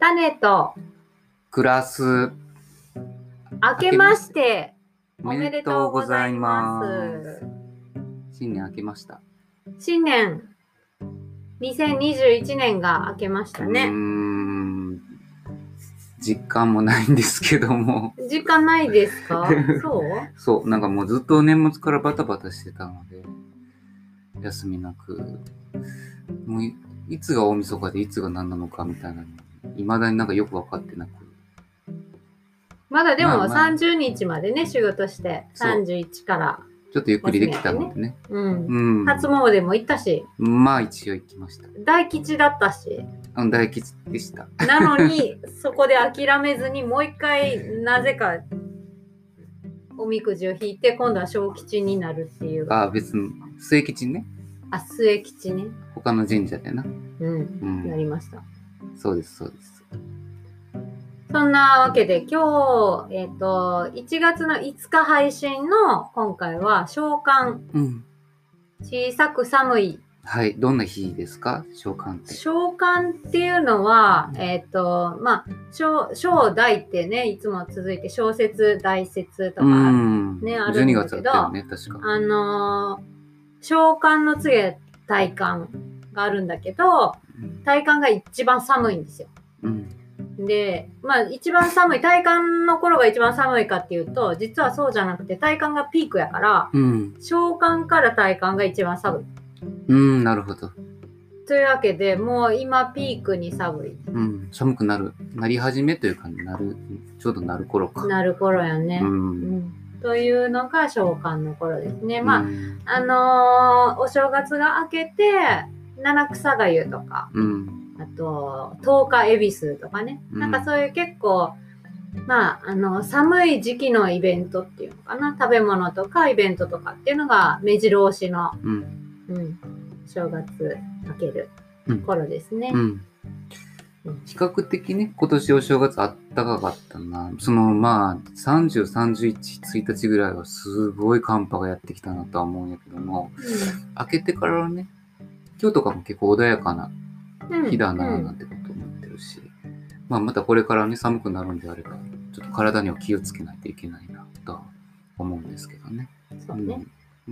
種と暮らす。 明けましておおめでとうございます。 新年明けました。 新年2021年が明けましたね。 実感もないんですけども。 時間ないですか？ そう、なんかもうずっと年末からバタバタしてたので、休みなく、もう いつが大晦日でいつが何なのかみたいなの、未だになんかよく分かってなく。 まだでも30日までね、仕事して31からちょっとゆっくりできたのでね。 初詣も行ったし。 まあ一応行きました。 大吉だったし。 大吉でした。 なのにそこで諦めずにもう一回なぜかおみくじを引いて今度は小吉になるっていう。 別に末吉ね。 末吉ね。 他の神社でな。 やりました。 そうですそうです。 そんなわけで今日、1月の5日配信の今回は小寒、小さく寒い。 はい、どんな日ですか？小寒って。 小寒っていうのは、小大ってね、いつも続いて小節、大節とかね、あるんだけど、 12月あったよね、確か。 小寒の次は大寒があるんだけど、大寒が一番寒いんですよ。で、一番寒い、体感の頃が一番寒いかっていうと、実はそうじゃなくて、体感がピークやから、小寒から体感が一番寒い。 なるほど。 というわけで、もう今ピークに寒い。 寒くなり始めというか、ちょうどなる頃か。 なる頃やね。というのが小寒の頃ですね。お正月が明けて、七草がゆとか、あと、十日恵比寿とかね。なんかそういう結構、寒い時期のイベントっていうのかな。食べ物とかイベントとかっていうのが目白押しの、正月明ける頃ですね。 比較的ね、今年お正月あったかかったな。30、31、1日ぐらいはすごい寒波がやってきたなとは思うんやけども、明けてからはね、今日とかも結構穏やかな日だななんてこと思ってるし、またこれからね、寒くなるんであれば、ちょっと体には気をつけないといけないなとは思うんですけどね。 そうね。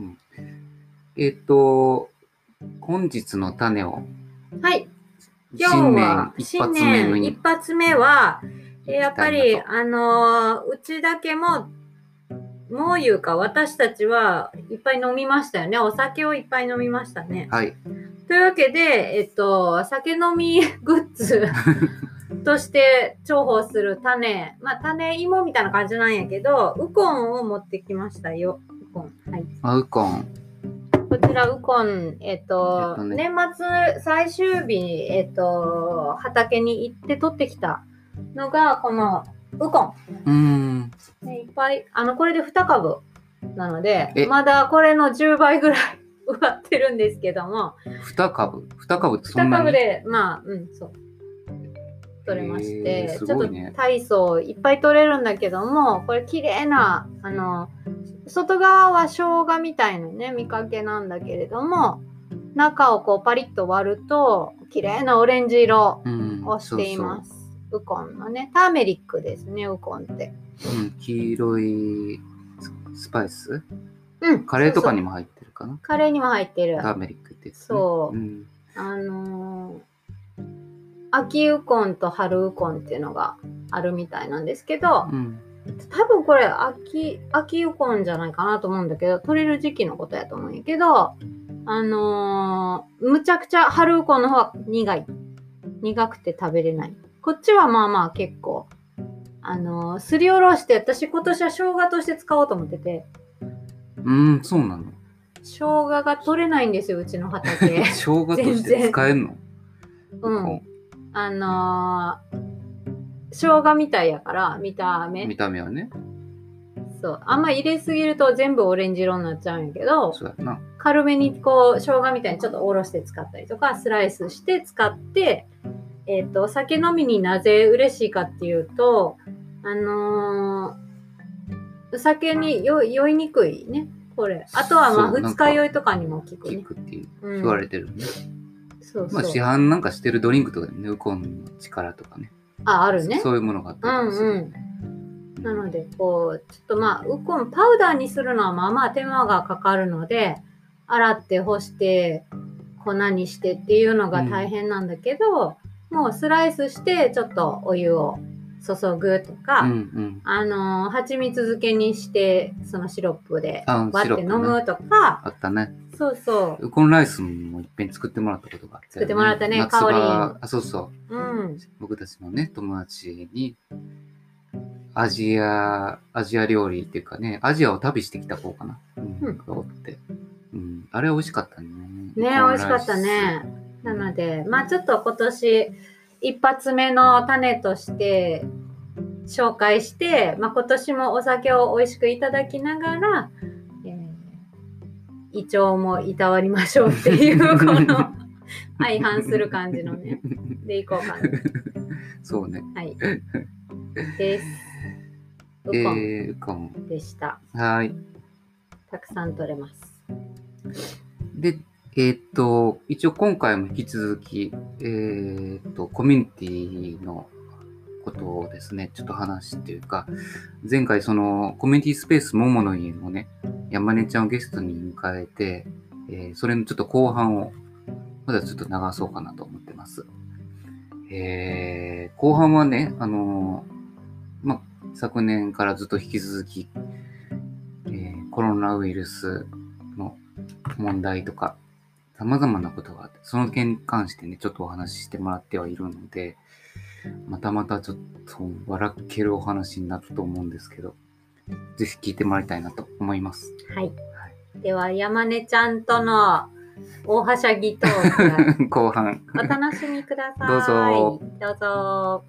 本日の種を。 はい。今日は新年一発目は、やっぱり、うちだけもう言うか、私たちはいっぱい飲みましたよね。お酒をいっぱい飲みましたね。 はい。 というわけで、酒飲みグッズとして重宝する種芋みたいな感じなんやけど、ウコンを持ってきましたよ。ウコン。はい。 ウコン。 こちらウコン、年末最終日、畑に行って取ってきたのが、このウコン。いっぱい、これで2株なので、まだこれの10倍ぐらい植わってるんですけども。 2株ってそんなに？ 2株で、そう。取れまして、ちょっと大層いっぱい取れるんだけども、これ綺麗な、外側は生姜みたいなね、見かけなんだけれども、中をこうパリッと割ると、綺麗なオレンジ色をしています。ウコンのね、ターメリックですね、ウコンって。 黄色いスパイス？カレーとかにも入ってるかな？ カレーにも入ってる。 ターメリックってやつね。 そう。秋ウコンと春ウコンっていうのがあるみたいなんですけど、多分これ秋ウコンじゃないかなと思うんだけど、取れる時期のことやと思うんやけど、むちゃくちゃ春ウコンの方は苦くて食べれない。こっちは結構すりおろして、私今年は生姜として使おうと思ってて。 そうなの？ 生姜が取れないんですよ、うちの畑。 生姜として使えるの？ 生姜みたいやから、見た目はね。 そう。あんま入れすぎると全部オレンジ色になっちゃうんやけど、 そうやな。 軽めにこう、生姜みたいにちょっとおろして使ったりとか、スライスして使って、酒飲みになぜ嬉しいかっていうと、酒に酔いにくいね、これ。あとは二日酔いとかにも効くね。 効くって言われてるね。 そう。 市販なんかしてるドリンクとかでね、ウコンの力とかね。 あるね。 そういうものがあったりする。 なのでこうちょっとウコンパウダーにするのはまあまあ手間がかかるので、洗って干して粉にしてっていうのが大変なんだけど、もうスライスしてちょっとお湯を注ぐとか、蜂蜜漬けにしてそのシロップで割って飲むとか。 あったね。 そうそう。 ウコンライスもいっぺん作ってもらったことがあって、 作ってもらったね、香り。 そうそう。僕たちのね、友達にアジア料理っていうかね、アジアを旅してきた方かな。がおって。あれ美味しかったね。 ね、美味しかったね。なので、ちょっと今年一発目の種として紹介して、今年もお酒を美味しくいただきながら、胃腸もいたわりましょうっていうこの相反する感じのねでいこうかな。 そうね。 はい。です。ウコンでした。 はい。 たくさん取れます。 で、一応今回も引き続きコミュニティのことをですね、ちょっと話っていうか、前回そのコミュニティスペースももの家のね、山根ちゃんをゲストに迎えて、それのちょっと後半をまだちょっと流そうかなと思ってます。後半はね、昨年からずっと引き続き、コロナウイルスの問題とか様々なことがあって、その件に関してね、ちょっとお話ししてもらってはいるので、またちょっと笑けるお話になると思うんですけど、ぜひ聞いてもらいたいなと思います。 はい。では、山根ちゃんとの大はしゃぎトーク後半お楽しみください。 どうぞ。 どうぞ。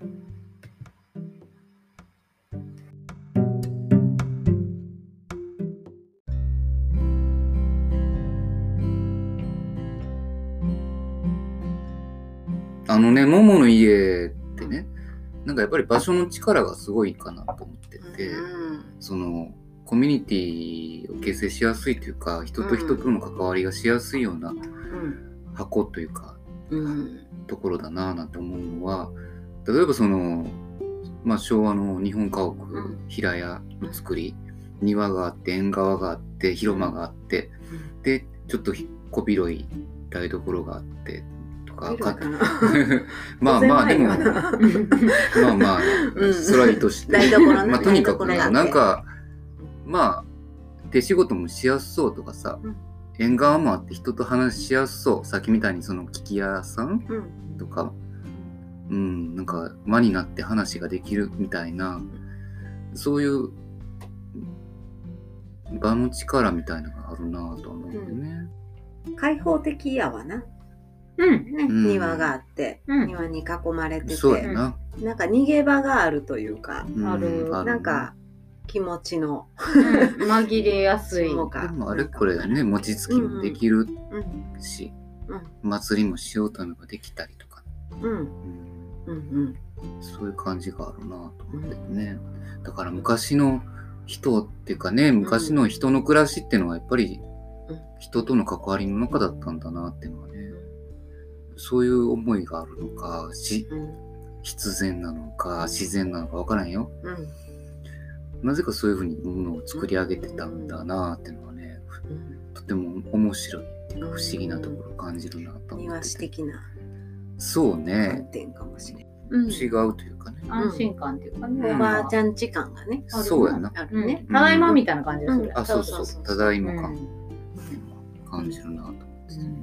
ももの家ってね、なんかやっぱり場所の力がすごいかなと思ってて、そのコミュニティを形成しやすいというか、人と人との関わりがしやすいような箱というか、ところだなぁなんて思うのは、例えばその、昭和の日本家屋、平屋の作り、庭があって縁側があって広間があって、でちょっと小広い台所があってとかでもそれはいいとして台所ね、 とにかくね、なんか手仕事もしやすそうとかさ、縁側もあって人と話しやすそう、さっきみたいにその聞き屋さんとか、なんか輪になって話ができるみたいな、そういう場の力みたいなのがあるなと思うんだよね。 開放的やわな。庭があって、庭に囲まれてて、 そうやな。 なんか逃げ場があるというか、なんか気持ちの紛れやすい。でもあれこれね、餅つきもできるし、祭りもしようと思えばできたりとか、そういう感じがあるなと思ってね。だから昔の人っていうかね、昔の人の暮らしっていうのはやっぱり人との関わりの中だったんだなっていうのはね、そういう思いがあるのか、必然なのか自然なのか分からんよ。なぜかそういうふうにものを作り上げてたんだなっていうのはね、とても面白いっていうか不思議なところを感じるなと思ってて。 庭師的なそうね、 観点かもしれない。 違うというかね、 安心感っていうかね、 おばあちゃんち感がね、 そうやな、 あるね。 ただいまみたいな感じがする。 そうそう、ただいま感感じるなと思って。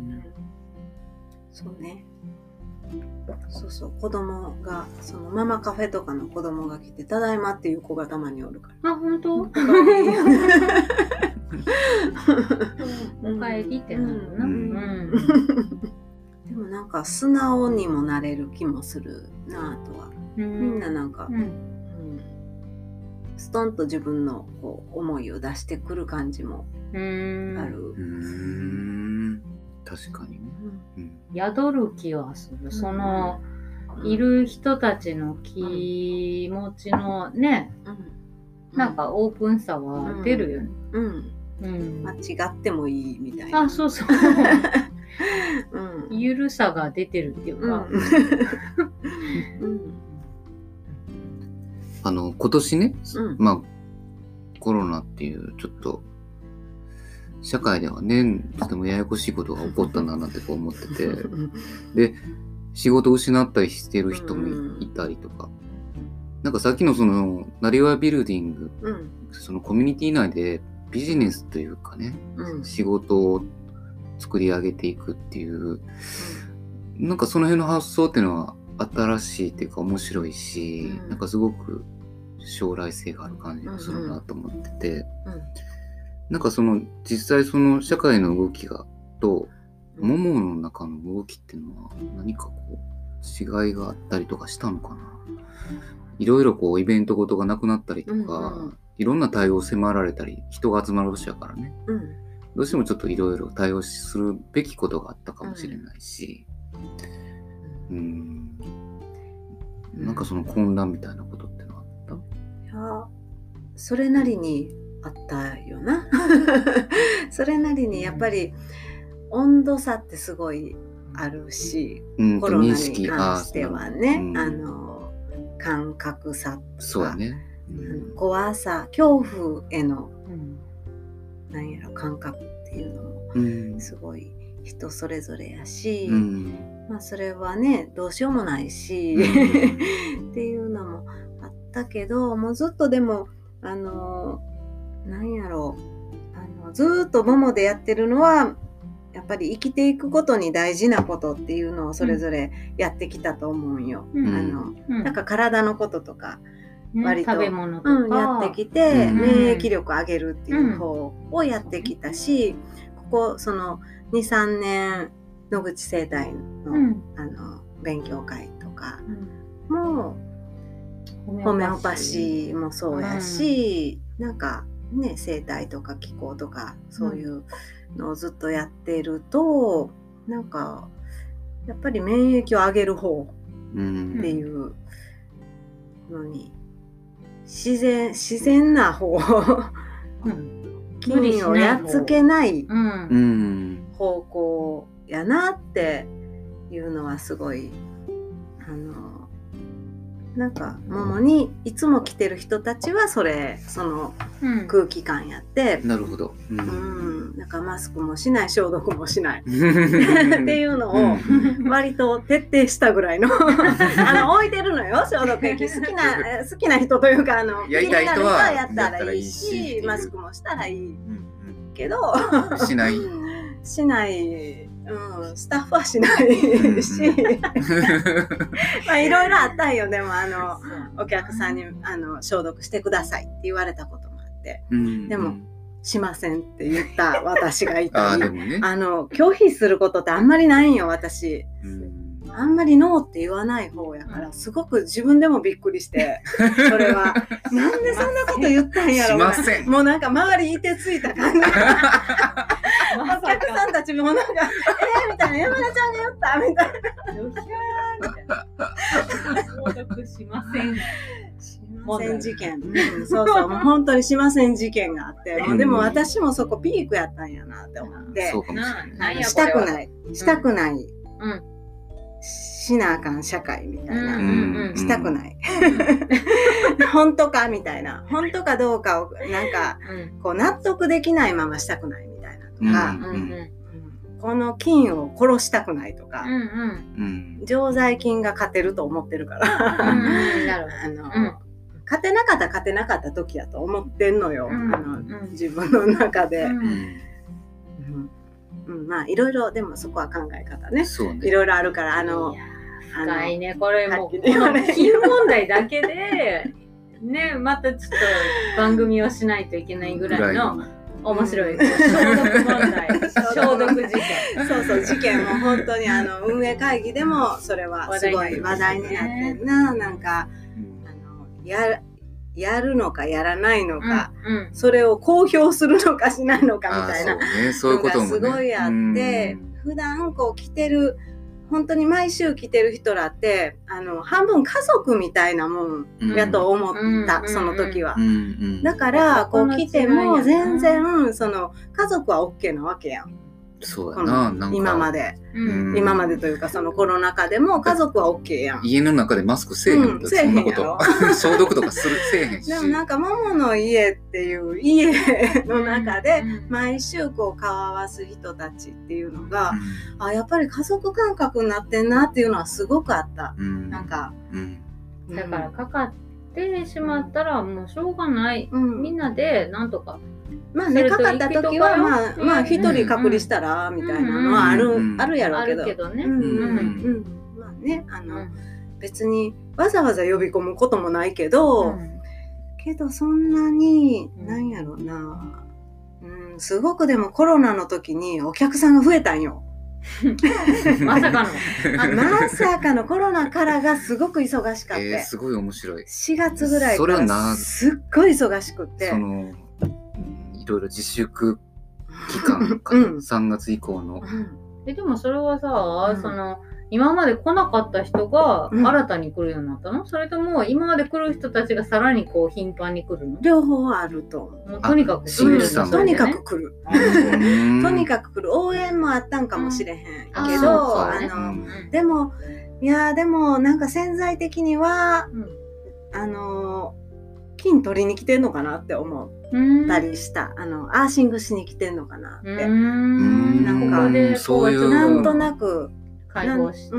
そうね。そう子供がそのママカフェとかの子供が来てただいまっていう子がたまにおるから。 本当？おかえりってなるな。 でもなんか素直にもなれる気もするなとは。みんななんか、ストンと自分のこう思いを出してくる感じもある。 確かにね。 宿る気はする。そのいる人たちの気持ちのね、なんかオープンさは出るよね。 間違ってもいいみたいな。 そう。ゆるさが出てるっていうか。 今年ね、まあコロナっていうちょっと社会ではね、とてもややこしいことが起こったんだなって思っててで仕事を失ったりしてる人もいたりとか、なんかさっきのそのなりわビルディング、そのコミュニティ内でビジネスというかね、仕事を作り上げていくっていう、なんかその辺の発想っていうのは新しいっていうか面白いし、なんかすごく将来性がある感じがするなと思ってて、なんかその実際その社会の動きがとモモの中の動きっていうのは何かこう違いがあったりとかしたのかな。いろいろこうイベントごとがなくなったりとか、いろんな対応を迫られたり、人が集まる場所やからね、どうしてもちょっといろいろ対応するべきことがあったかもしれないし、なんかその混乱みたいなことってのはあった？ いや、それなりにあったよなそれなりにやっぱり温度差ってすごいあるし、コロナに関してはね、感覚差とか、 そうだね、 怖さ、恐怖への、なんやろ感覚っていうのもすごい人それぞれやし、まあそれはねどうしようもないし、っていうのもあったけど、もうずっとでもなんやろずっとモモでやってるのはやっぱり生きていくことに大事なことっていうのをそれぞれやってきたと思うんよ。なんか体のこととか割と、 食べ物とか、 やってきて、免疫力上げるっていう方をやってきたし、ここその 2,3 年野口生態の、勉強会とかも、ホメオパシーもそうやし、なんかね生態とか気候とかそういうのをずっとやってると、なんかやっぱり免疫を上げる方っていうのに、自然な方菌をやっつけない方向やなっていうのはすごいなんか桃にいつも来てる人たちはその空気感やって、 なるほど、 なんかマスクもしない、消毒もしないっていうのを割と徹底したぐらいの置いてるのよ、消毒液。好きな人というかやりたい人はやったらいいし、マスクもしたらいいけどしないスタッフはしないしまあいろいろあったんよ。でもお客さんに消毒してくださいって言われたこともあって、でもしませんって言った私がいたりでもね、 拒否することってあんまりないんよ私。あんまりノーって言わない方やから、すごく自分でもびっくりして、それはなんでそんなこと言ったんやろ。 しません。 もうなんか周りいてついた感じお客さんたちもなんかみたいな、山田ちゃんが言ったみたいな消毒しません事件、そうそう、もう本当にしません事件があって、もうでも私もそこピークやったんやなって思って、 そうかもしれない。 したくない、しなあかん社会みたいな、したくない本当かみたいな、本当かどうかをなんかこう納得できないまましたくないみたいなとか、この菌を殺したくないとか、常在菌が勝てると思ってるから勝てなかった時やと思ってんのよ、自分の中で。まあいろいろでもそこは考え方ね、いろいろあるから、 深いね、これもうこの菌問題だけでね、またちょっと番組をしないといけないぐらいの面白い消毒問題消毒事件そう事件も本当に運営会議でもそれはすごい話題になってんな。なんかやるのかやらないのか、それを公表するのかしないのかみたいなのがすごいあって、普段こう来てる、本当に毎週来てる人らって半分家族みたいなもんやと思った、その時は。だからこう来ても全然その家族は OK なわけやん。 そうやな、なんか今までというかそのコロナ禍でも家族は OK やん。 家の中でマスクせえへんと、そんなこと消毒とかせえへんし。 でもなんかママの家っていう家の中で毎週こう顔合わす人たちっていうのが、やっぱり家族感覚になってんなっていうのはすごくあった。なんか、 だからかかってしまったらもうしょうがない、みんなでなんとか。 まあね、かかった時はまあ一人隔離したらみたいなのはあるやろうけどね。まあね、別にわざわざ呼び込むこともないけど、そんなになんやろうな、すごくでもコロナの時にお客さんが増えたんよ。 まさかのコロナからがすごく忙しかった。 すごい面白い。 4月ぐらいからすっごい忙しくって。 いろいろ自粛期間か、3月以降の。 でもそれはさ、その今まで来なかった人が新たに来るようになったの？それとも今まで来る人たちがさらにこう頻繁に来るの？ 両方あると思う。 もうとにかく来る、 とにかく来る。とにかく来る。応援もあったんかもしれへんけど、でもなんか潜在的には、金取りに来てんのかなって思ったりした。アーシングしに来てんのかなって。なんかそういうなんとなく解放して、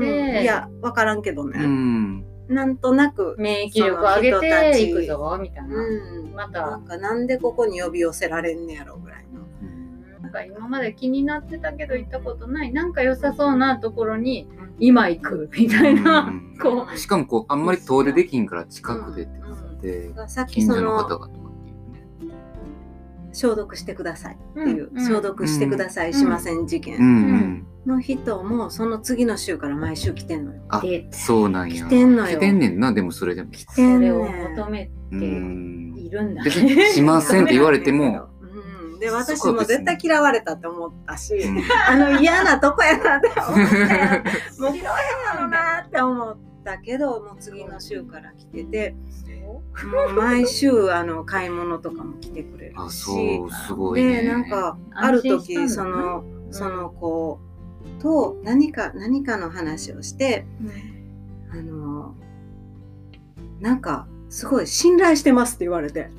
いや分からんけどね。なんとなく免疫力上げていくぞみたいな。またなんでここに呼び寄せられんねやろぐらいの。 なんか今まで気になってたけど行ったことない、なんか良さそうなところに今行くみたいな。 しかもこうあんまり遠出できんから近くでってさっきその消毒してくださいっていう、消毒してくださいしません事件の人もその次の週から毎週来てんのよ。 そうなんや。 来てんのよ。 来てんねんな。でもそれでもそれを求めているんだ。 別にしませんって言われても。 で私も絶対嫌われたって思ったし、嫌なとこやなって思って、もう嫌われたのなって思ったけど、もう次の週から来てて、毎週買い物とかも来てくれるし、 すごいね。 でなんかある時その子と何かの話をして、なんかすごい信頼してますって言われて。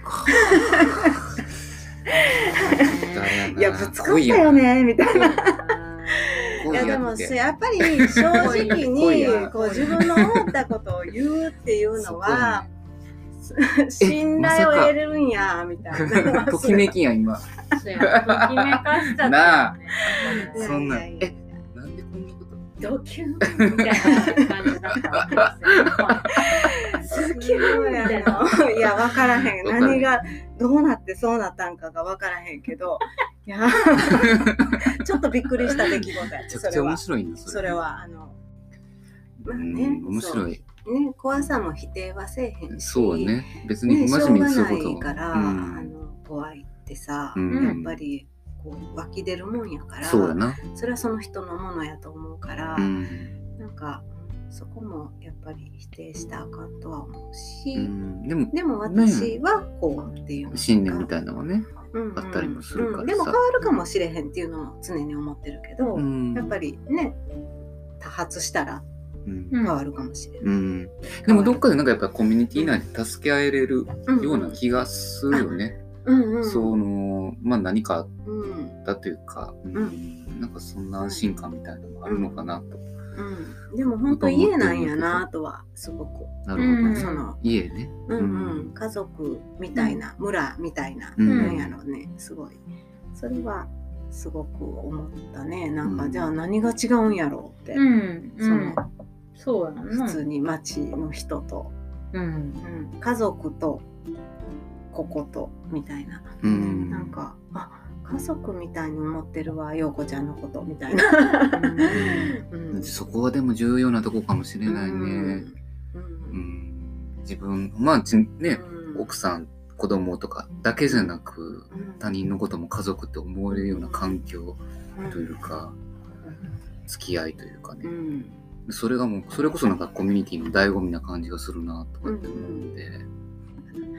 いやぶつかったよねみたいな。いやでもやっぱり正直にこう自分の思ったことを言うっていうのは信頼を得れるんやみたいな。 ときめきや今。 ときめかしちゃったなあ。そんななんでこんなこと。 ドキュンみたいな感じだったわけですよ。ドキュンみたいな。 いや分からへん。何がどうなってそうなったんかが分からへんけど、いやちょっとびっくりした出来事や。 めちゃくちゃ面白いんだそれはまあね、 面白い。 ね、怖さも否定はせえへんし。 そうね。別に真面目にすることも。 しょうがないから、怖いってさ、やっぱりこう湧き出るもんやから、 そうだな。 それはその人のものやと思うから、なんかそこもやっぱり否定したらあかんとは思うし、でも私はこうっていう信念みたいなのもね、あったりもするからさ、 でも変わるかもしれへんっていうのも常に思ってるけど、やっぱりね多発したら変わるかもしれない、 でもどっかでなんかやっぱコミュニティ内で助け合えれるような気がするよね。そのまあ何かだというか、なんかそんな安心感みたいなのがあるのかなと。 でも本当家なんやなとはすごく。 なるほど。その家ね。 家族みたいな、村みたいな、なんやろうね、すごい。それはすごく思ったね。なんかじゃあ何が違うんやろうって。 そうやな。 普通に町の人と、家族とこことみたいな。なんか家族みたいに思ってるわ、陽子ちゃんのことみたいな。 そこはでも重要なとこかもしれないね。自分ね、奥さん子供とかだけじゃなく、他人のことも家族って思えるような環境というか、付き合いというかね、それがもうそれこそなんかコミュニティの醍醐味な感じがするなとかって思うんで。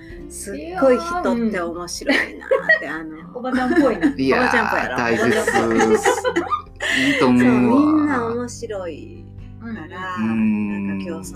すっごい人って面白いなっておばちゃんっぽいな。 いやおばちゃんっぽいやろ。 大切いいと思うわ。 みんな面白いから、なんか今日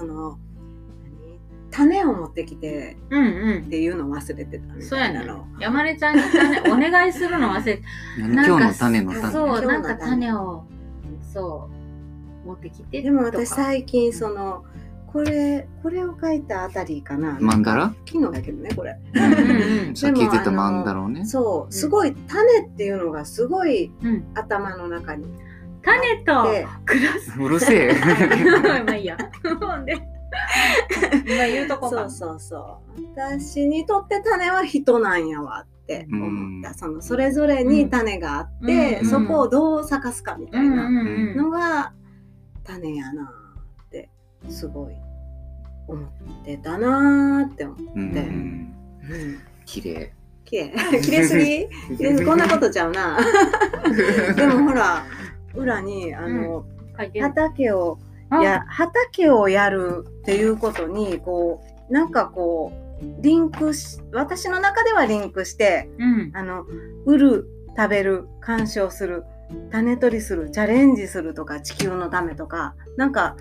種を持ってきてっていうのを忘れてたみたいなの。 山根ちゃんに種お願いするの忘れて。 今日の種の種。 そう、なんか種をそう持ってきて。 でも私最近これを書いたあたりかな。 マンダラ？ 昨日だけどねこれ。 さっき言ってたマンダラをね。 そう、すごい種っていうのがすごい頭の中に。 種と暮らす。 うるせえ。 まあいいや。で今言うとこか。 そう私にとって種は人なんやわって思った。それぞれに種があって、そこをどう咲かすかみたいなのが種やなってすごい思ってたなって思って。 綺麗。 綺麗すぎ？こんなことちゃうな。でもほら裏に畑をやるっていうことになんかリンク私の中ではリンクして、売る、食べる、鑑賞する、種取りする、チャレンジするとか、地球のためとか、なんか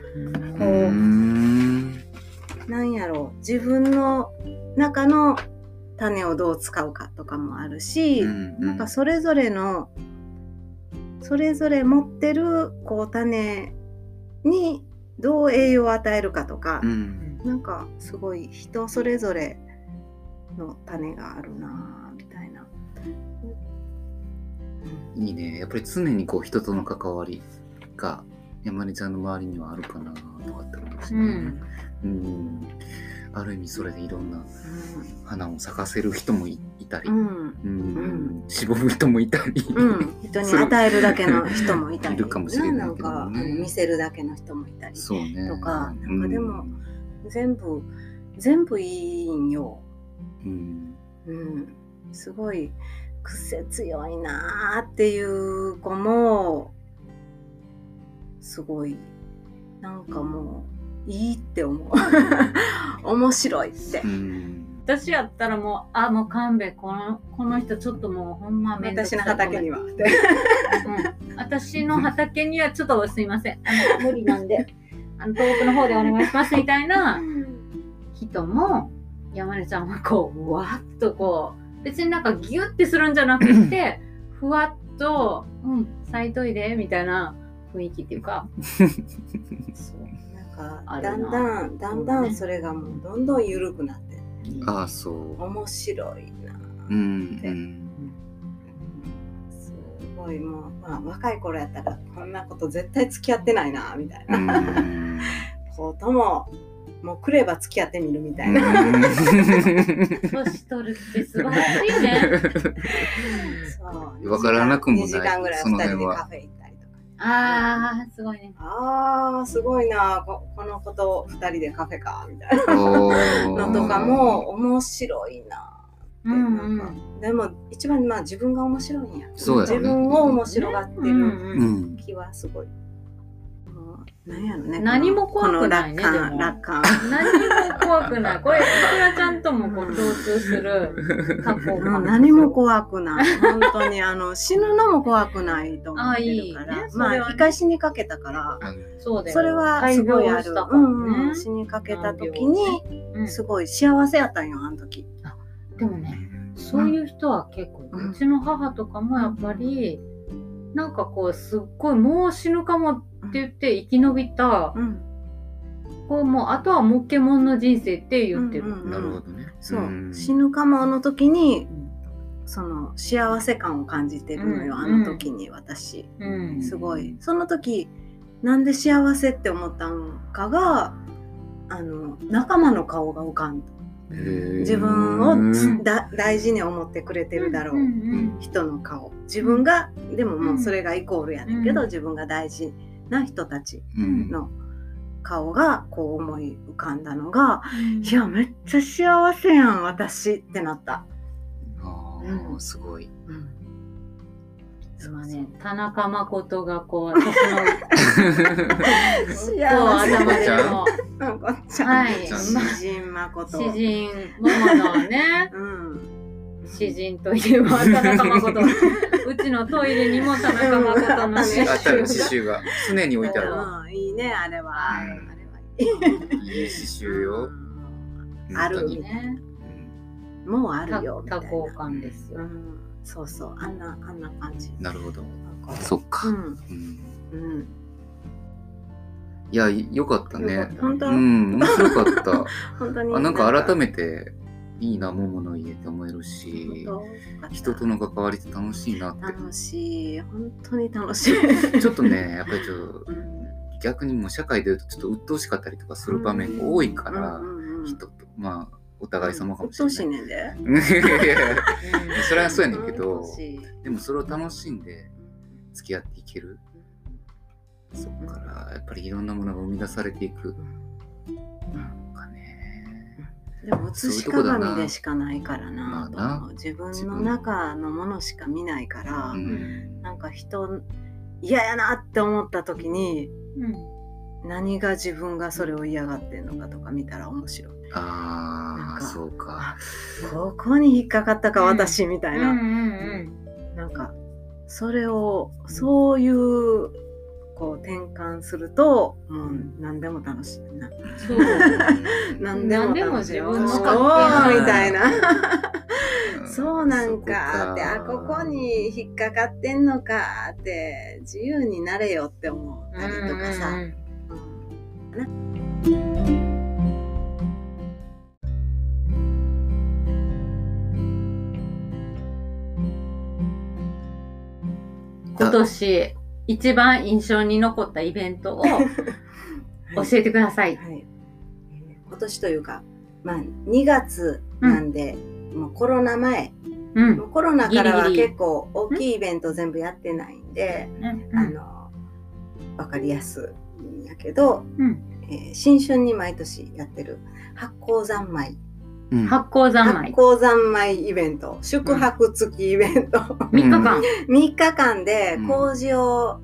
なんやろう、自分の中の種をどう使うかとかもあるし、なんかそれぞれ持ってる種にどう栄養を与えるかとか、なんかすごい人それぞれの種があるなみたいな。 いいね。やっぱり常に人との関わりが山根ちゃんの周りにはあるかなとかってことですね。ある意味それでいろんな花を咲かせる人も いたり、しぼむ人もいたり、 人に与えるだけの人もいたりいるかもしれないけどね。 なんか見せるだけの人もいたりそうねとか、なんかでも全部いいんよ。すごい癖強いなっていう子もすごいなんかもういいって思う。面白いって。 私やったらもう勘弁、この人ちょっともうほんまめんどくさい。 私の畑には。 私の畑にはちょっとすいません。無理なんで、遠くの方でお願いしますみたいな人も、山根ちゃんはわっと別になんかギュッてするんじゃなくて、ふわっと、咲いといでみたいな雰囲気っていうか。 だんだんそれがもうどんどん緩くなってそう。 面白いなって、すごいもう、若い頃やったらこんなこと絶対付き合ってないなみたいなこともう来れば付き合ってみるみたいな。 年取るって素晴らしいね。 わからなくもない。 2時間ぐらい2人でカフェ行ったりとか。すごいね。 すごいな、この子と2人でカフェかみたいなのとかも面白いなって。でも一番自分が面白いんや。自分を面白がってる気はすごい。何やろね。 何も怖くないね。 楽観。 何も怖くない。これいくらちゃんとも共通する過去も何も怖くない。本当に死ぬのも怖くないと思ってるから。一回死にかけたから。それはすごいある。死にかけた時にすごい幸せやったんよ、あの時。 でもね、そういう人は結構、うちの母とかもやっぱりなんかすっごいもう死ぬかもって言って生き延びた、もうあとはもっけもんの人生って言ってる。 なるほどね。 そう、死ぬかもの時にその幸せ感を感じてるのよ、あの時に私、すごいその時なんで幸せって思ったのかが仲間の顔が浮かんだ。自分を大事に思ってくれてるだろう、人の顔、自分がでももうそれがイコールやねんけど、自分が大事な人たちの顔が思い浮かんだのが、いやめっちゃ幸せやん私ってなった。 すごい、 今ね、田中誠がこう、私の頭でも、 はい、詩人誠。 詩人、もものね、詩人といえば田中誠。うちのトイレにも田中誠の詩集が常に置いてある。 いいね、あれは。 いい詩集よ。 あるね。もうあるよ。 多幸感ですよ。 そうそう、あんな感じ。 なるほど。そっか。いや、よかったね。 本当。 面白かった。 本当に。 なんか改めていいな、桃の家って思えるし、人との関わりって楽しいなって。 楽しい、本当に楽しい。 ちょっとね、やっぱり逆にもう社会でいうとちょっと鬱陶しかったりとかする場面が多いから、人とまあお互い様かもしれない。 鬱陶しいねんで。 それはそうやねんけど、でもそれを楽しんで付き合っていける。そっからやっぱりいろんなものが生み出されていく。なんかね。 でも写し鏡でしかないからな。自分の中のものしか見ないから、なんか人嫌やなって思った時に、何が自分がそれを嫌がってんのかとか見たら面白い。 ああ、そうか。 ここに引っかかったか私みたいな。なんかそれをそういうこう転換するともう何でも楽しいな。 そう。 何でも楽しい。 自分のみたいな。そうなんかって、ここに引っかかってんのかって自由になれよって思ったりとかさ。 今年一番印象に残ったイベントを教えてください。 今年というか、2月なんで、もうコロナ前、もうコロナからは結構大きいイベント全部やってないんで、分かりやすいんやけど、新春に毎年やってる発酵三昧。 発酵三昧イベント、宿泊付きイベント。 3日間。 3日間で麹を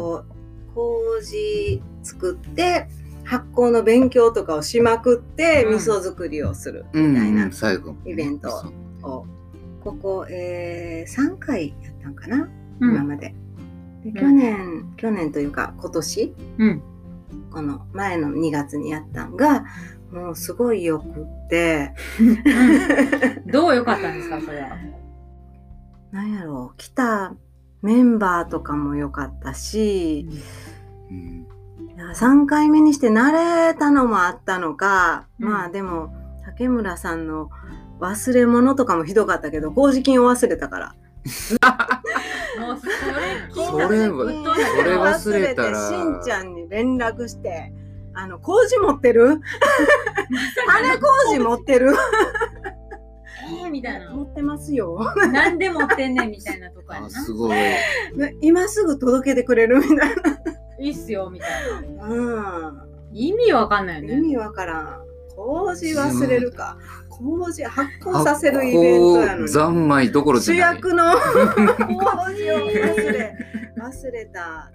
麹作って発酵の勉強とかをしまくって味噌作りをするみたいなイベントをここ、3回やったんかな、今まで。で去年というか今年、この前の2月にやったんがもうすごいよくってどうよかったんですかそれは。 なんやろう、来たメンバーとかも良かったし、3回目にして慣れたのもあったのか、まあでも竹村さんの忘れ物とかもひどかったけど麹菌を忘れたからもうそれ忘れたらしんちゃんに連絡して麹持ってる種麹持ってるみたいな。 持ってますよ。 なんで持ってんねんみたいなとかやな。 すごい。 今すぐ届けてくれるみたいな。 いいっすよみたいな。意味わかんないよね。 意味わからん。麹忘れるか。麹発酵させるイベントやのに。 三昧どころじゃない。 主役の麹を忘れた。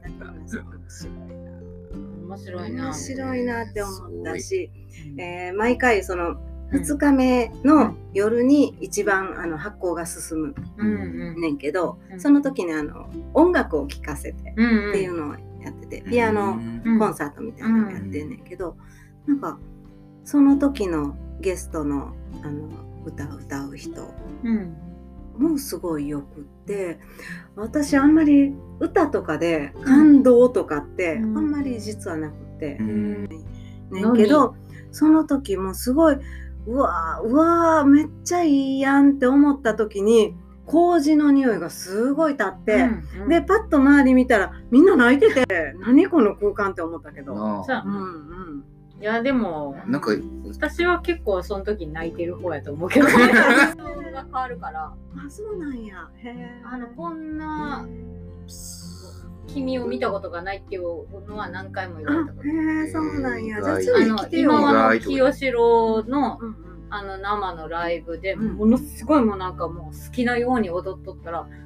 面白いな。 面白いなって思ったし、毎回その2日目の夜に一番発酵が進むねんけど、その時に音楽を聴かせてっていうのをやってて、ピアノコンサートみたいなのやってんねんけど、なんかその時のゲストの歌を歌う人もすごいよくって、私あんまり歌とかで感動とかってあんまり実はなくてねんけど、その時もすごいうわーめっちゃいいやんって思った時に麹の匂いがすごい立って、でパッと周り見たらみんな泣いてて何この空間って思ったけど、 いやでもなんか私は結構その時に泣いてる方やと思うけど、人が変わるから。 そうなんや。 こんな君を見たことがないっていうのは何回も言われたこと。 そうなんや。 今は清志郎の生のライブでものすごいもうなんかもう好きなように踊っとったら、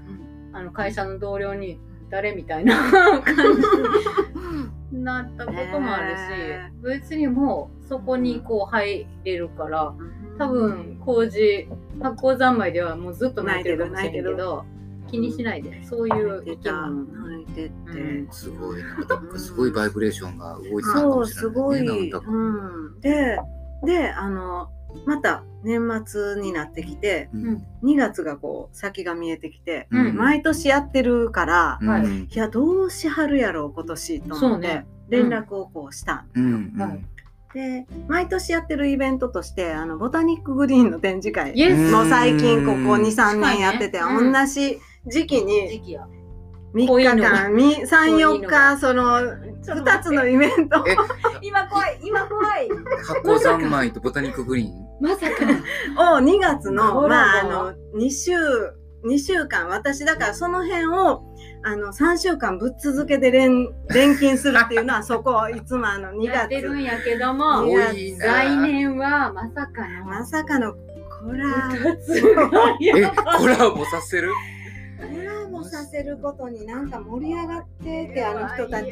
会社の同僚に誰みたいな感じになったこともあるし、別にもうそこにこう入れるから、多分発酵三昧ではもうずっと泣いてるかもしれんけど、気にしないで、そういう生き物泣いてって、 すごいすごいバイブレーションが動いてたかもしれない、ね、 そうすごい、でまた年末になってきて、2月がこう先が見えてきて、毎年やってるから、いやどうしはるやろう今年と思って連絡をこうしたんで、毎年やってるイベントとしてボタニックグリーンの展示会もう最近ここ 2,3 年やってて、同じ時期に3日間3,4 日その2つのイベント今怖い発酵三昧とボタニックグリーンまさかを2月の2週間、私だからその辺を3週間ぶっ続けで連勤するっていうのはそこいつも2月やってるんやけども、来年はまさかのコラコラボさせるさせることになんか盛り上がってて、あの人たち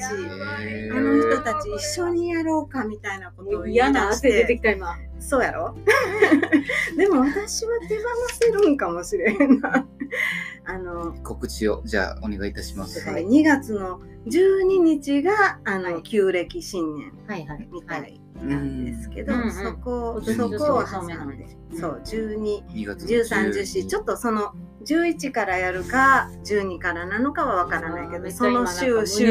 一緒にやろうかみたいなことを言い出して、 嫌な汗出てきた今。 そうやろでも私は手放せるんかもしれんな告知をじゃあお願いいたします。 2月の12日が旧暦新年みたいなんですけど、そこを挟んで、そう12、13、14、ちょっとその11からやるか12からなのかはわからないけど、その週末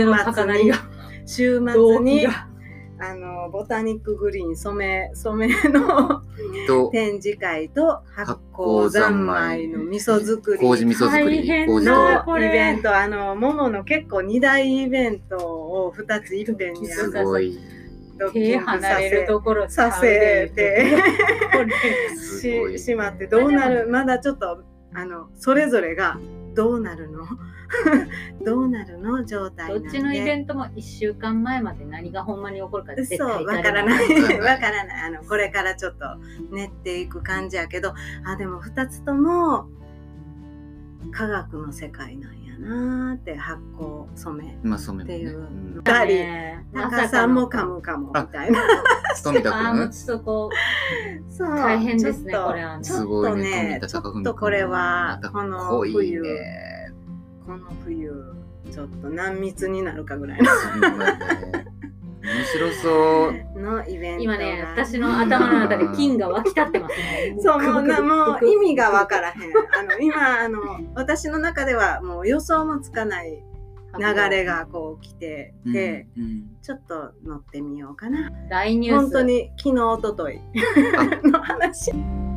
にボタニックグリーン染めの展示会と発酵三昧の味噌作り麹味噌作りのイベント、桃の結構2大イベントを2ついっぺんにすごい手離れるところさせてしまって、どうなる、まだちょっとそれぞれがどうなるの状態なんで、 どっちのイベントも1週間前まで何がほんまに起こるか絶対わからないこれからちょっと練っていく感じやけど、でも2つとも科学の世界なんやなって、発酵染めっていうのがあり、中さんもかもみたいな富田君ちょっとこう大変ですね、これはちょっとこれはこの冬ちょっと何密になるかぐらいの面白そうのイベント。 今ね、私の頭の中で金が湧き立ってますね。 そう、もう意味がわからへん。今私の中ではもう予想もつかない流れがこう来てて、ちょっと乗ってみようかな。 大ニュース。 本当に昨日一昨日の話。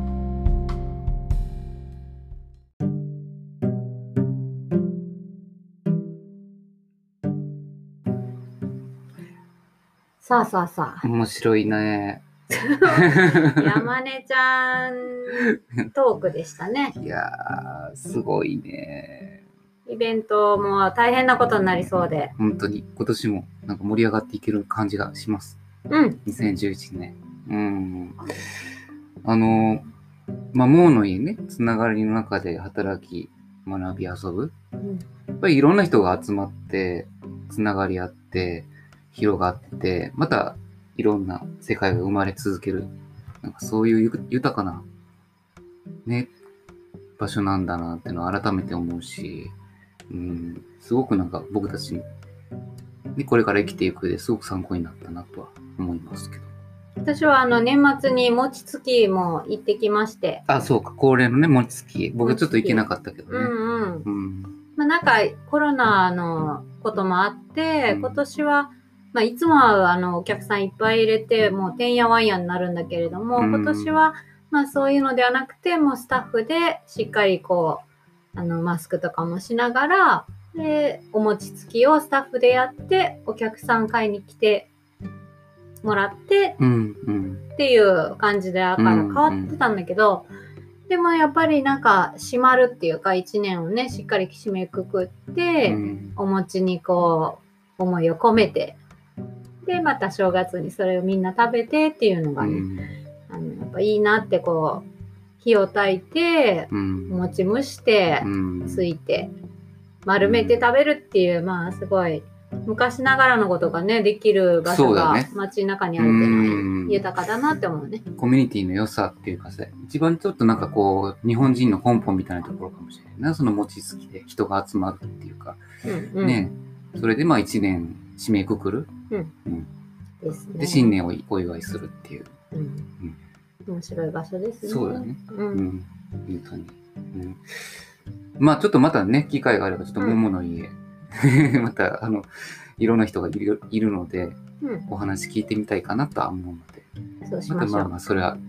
さあ面白いね山根ちゃんトークでしたね。 いやーすごいね。 イベントも大変なことになりそうで、 本当に今年もなんか盛り上がっていける感じがします。2011年。もうの家ね、つながりの中で働き、学び、遊ぶ。やっぱりいろんな人が集まって、つながり合って、広がって、またいろんな世界が生まれ続ける。なんかそういう豊かな、ね、場所なんだなっていうのを改めて思うし、すごくなんか僕たちにこれから生きていく上ですごく参考になったなとは思いますけど。 私は年末に餅つきも行ってきまして。 そうか、恒例のね、餅つき。僕ちょっと行けなかったけどね。 なんかコロナのこともあって、今年は、いつもはお客さんいっぱい入れて、もうてんやわんやになるんだけれども、今年はそういうのではなくて、もうスタッフでしっかりこう、マスクとかもしながら、で、お餅つきをスタッフでやって、お客さん買いに来てもらって、っていう感じで、変わってたんだけど、でもやっぱりなんか締まるっていうか、一年をね、しっかり締めくくって、お餅にこう、思いを込めて、で、また正月にそれをみんな食べてっていうのがね、やっぱいいなってこう、火を焚いて、お餅蒸して、ついて、 丸めて食べるっていう、まあすごい昔ながらのことがねできる場所が街中にあるっていうのは豊かだなって思うね。 コミュニティの良さっていうかさ、一番ちょっとなんかこう日本人の根本みたいなところかもしれないな。その餅つきで人が集まるっていうか、ね、それでまあ1年締めくくる、 ですね。 で新年をお祝いするっていう、 面白い場所ですね。 そうだね。本当に。まあちょっとまたね機会があればちょっと桃の家、またいろんな人がいるので、お話聞いてみたいかなとは思うので、 そうしましょう。 まあそれは、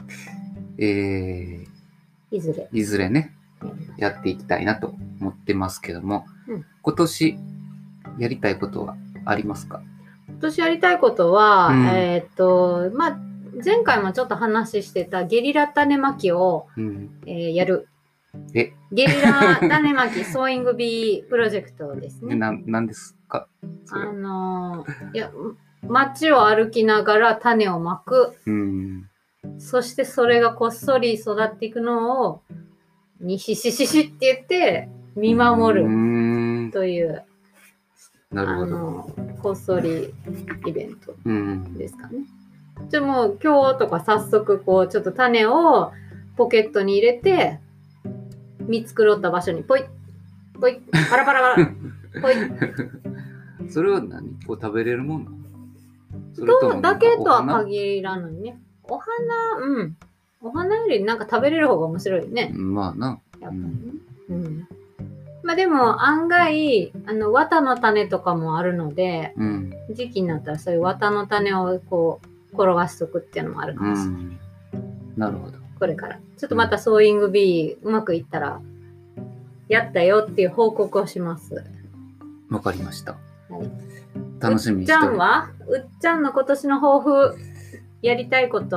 いずれね、やっていきたいなと思ってますけども、今年やりたいことはありますか？ 今年やりたいことは、まあ前回もちょっと話してたゲリラ種まきを、やる。ゲリラ種まきソーイングビープロジェクトですね。 何ですか？ いや街を歩きながら種をまく、そしてそれがこっそり育っていくのをにししししって言って見守るという、 なるほど、 こっそりイベントですかね。じゃあもう今日とか早速こうちょっと種をポケットに入れて見繕った場所にポイポイパラパラパラポイそれは何こう食べれるもんなの？ だけとは限らないね。お花よりなんか食べれる方が面白いね。 まあな。 やっぱね。まあでも案外綿の種とかもあるので、時期になったらそういう綿の種をこう転がしとくっていうのもあるかもしれない。 なるほど。 これからちょっとまたソーイングビーうまくいったらやったよっていう報告をします。 わかりました。 はい、 楽しみにしてる。 うっちゃんの今年の抱負やりたいこと。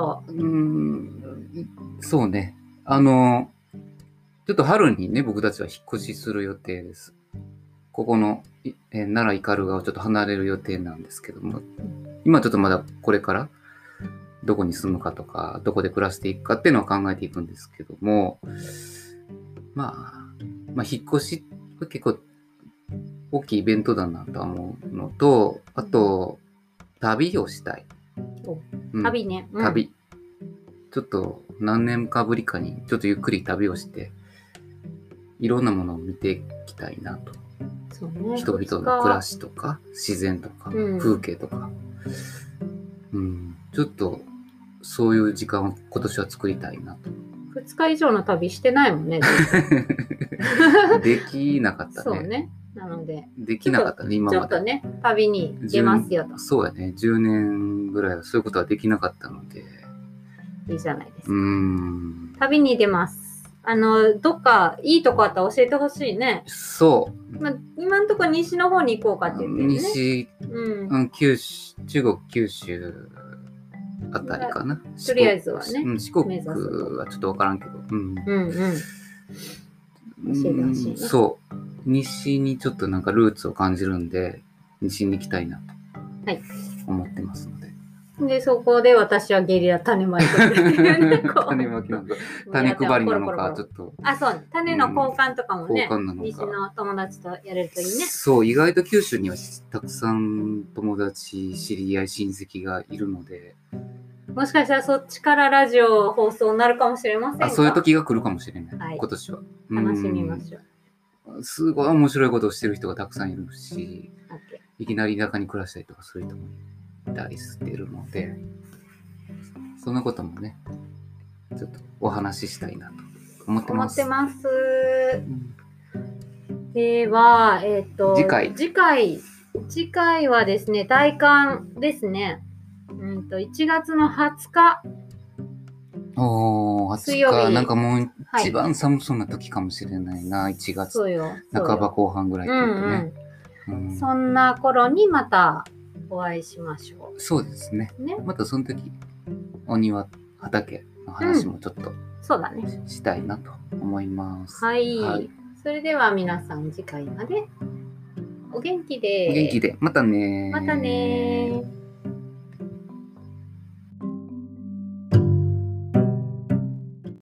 そうね。ちょっと春にね僕たちは引っ越しする予定です。ここの奈良斑鳩をちょっと離れる予定なんですけども、今ちょっとまだこれからどこに住むかとかどこで暮らしていくかっていうのを考えていくんですけども、まあ引っ越しは結構大きいイベントだなと思うのと、あと旅をしたい。 旅ね。 旅。ちょっと何年かぶりかにちょっとゆっくり旅をしていろんなものを見ていきたいなと。 そうね、 人々の暮らしとか自然とか、風景とか、ちょっとそういう時間を今年は作りたいなと。 2日以上の旅してないもんね。 できなかったね。 そうね。なのでできなかったね今まで。 ちょっとね旅に出ますよと。 そうやね。10年ぐらいはそういうことはできなかったので。 いいじゃないですか。旅に出ます。どっかいいとこあったら教えてほしいね。 そう。 今のところ西の方に行こうかって言ってるね。 西、九州、中国九州あたりかな。 とりあえずはね。 四国はちょっとわからんけど。教えてほしいね。 そう。西にちょっとなんかルーツを感じるんで、西に行きたいなと思ってますので。 で、そこで私はゲリラ種まきっていうね。 種まきなのか、種配りなのか、ちょっと。 そうね。種の交換とかもね、西の友達とやれるといいね。 そう、意外と九州にはたくさん友達、知り合い、親戚がいるので。 もしかしたらそっちからラジオ放送になるかもしれませんか？ そういう時が来るかもしれない、今年は。 楽しみましょう。すごい面白いことをしてる人がたくさんいるし、いきなり田舎に暮らしたりとかする人もいたりしてるので、そんなこともね、ちょっとお話ししたいなと思ってます。 では、 次回はですね、大寒ですね。1月の20日。 20日。なんかもう一番寒そうな時かもしれないな、1月。半ば後半ぐらいって言うとね。 そんな頃にまたお会いしましょう。そうですね。またその時、お庭、畑の話もちょっと、 そうだね。 したいなと思います。 はい。それでは皆さん次回までお元気で。 お元気で。またね。 またね。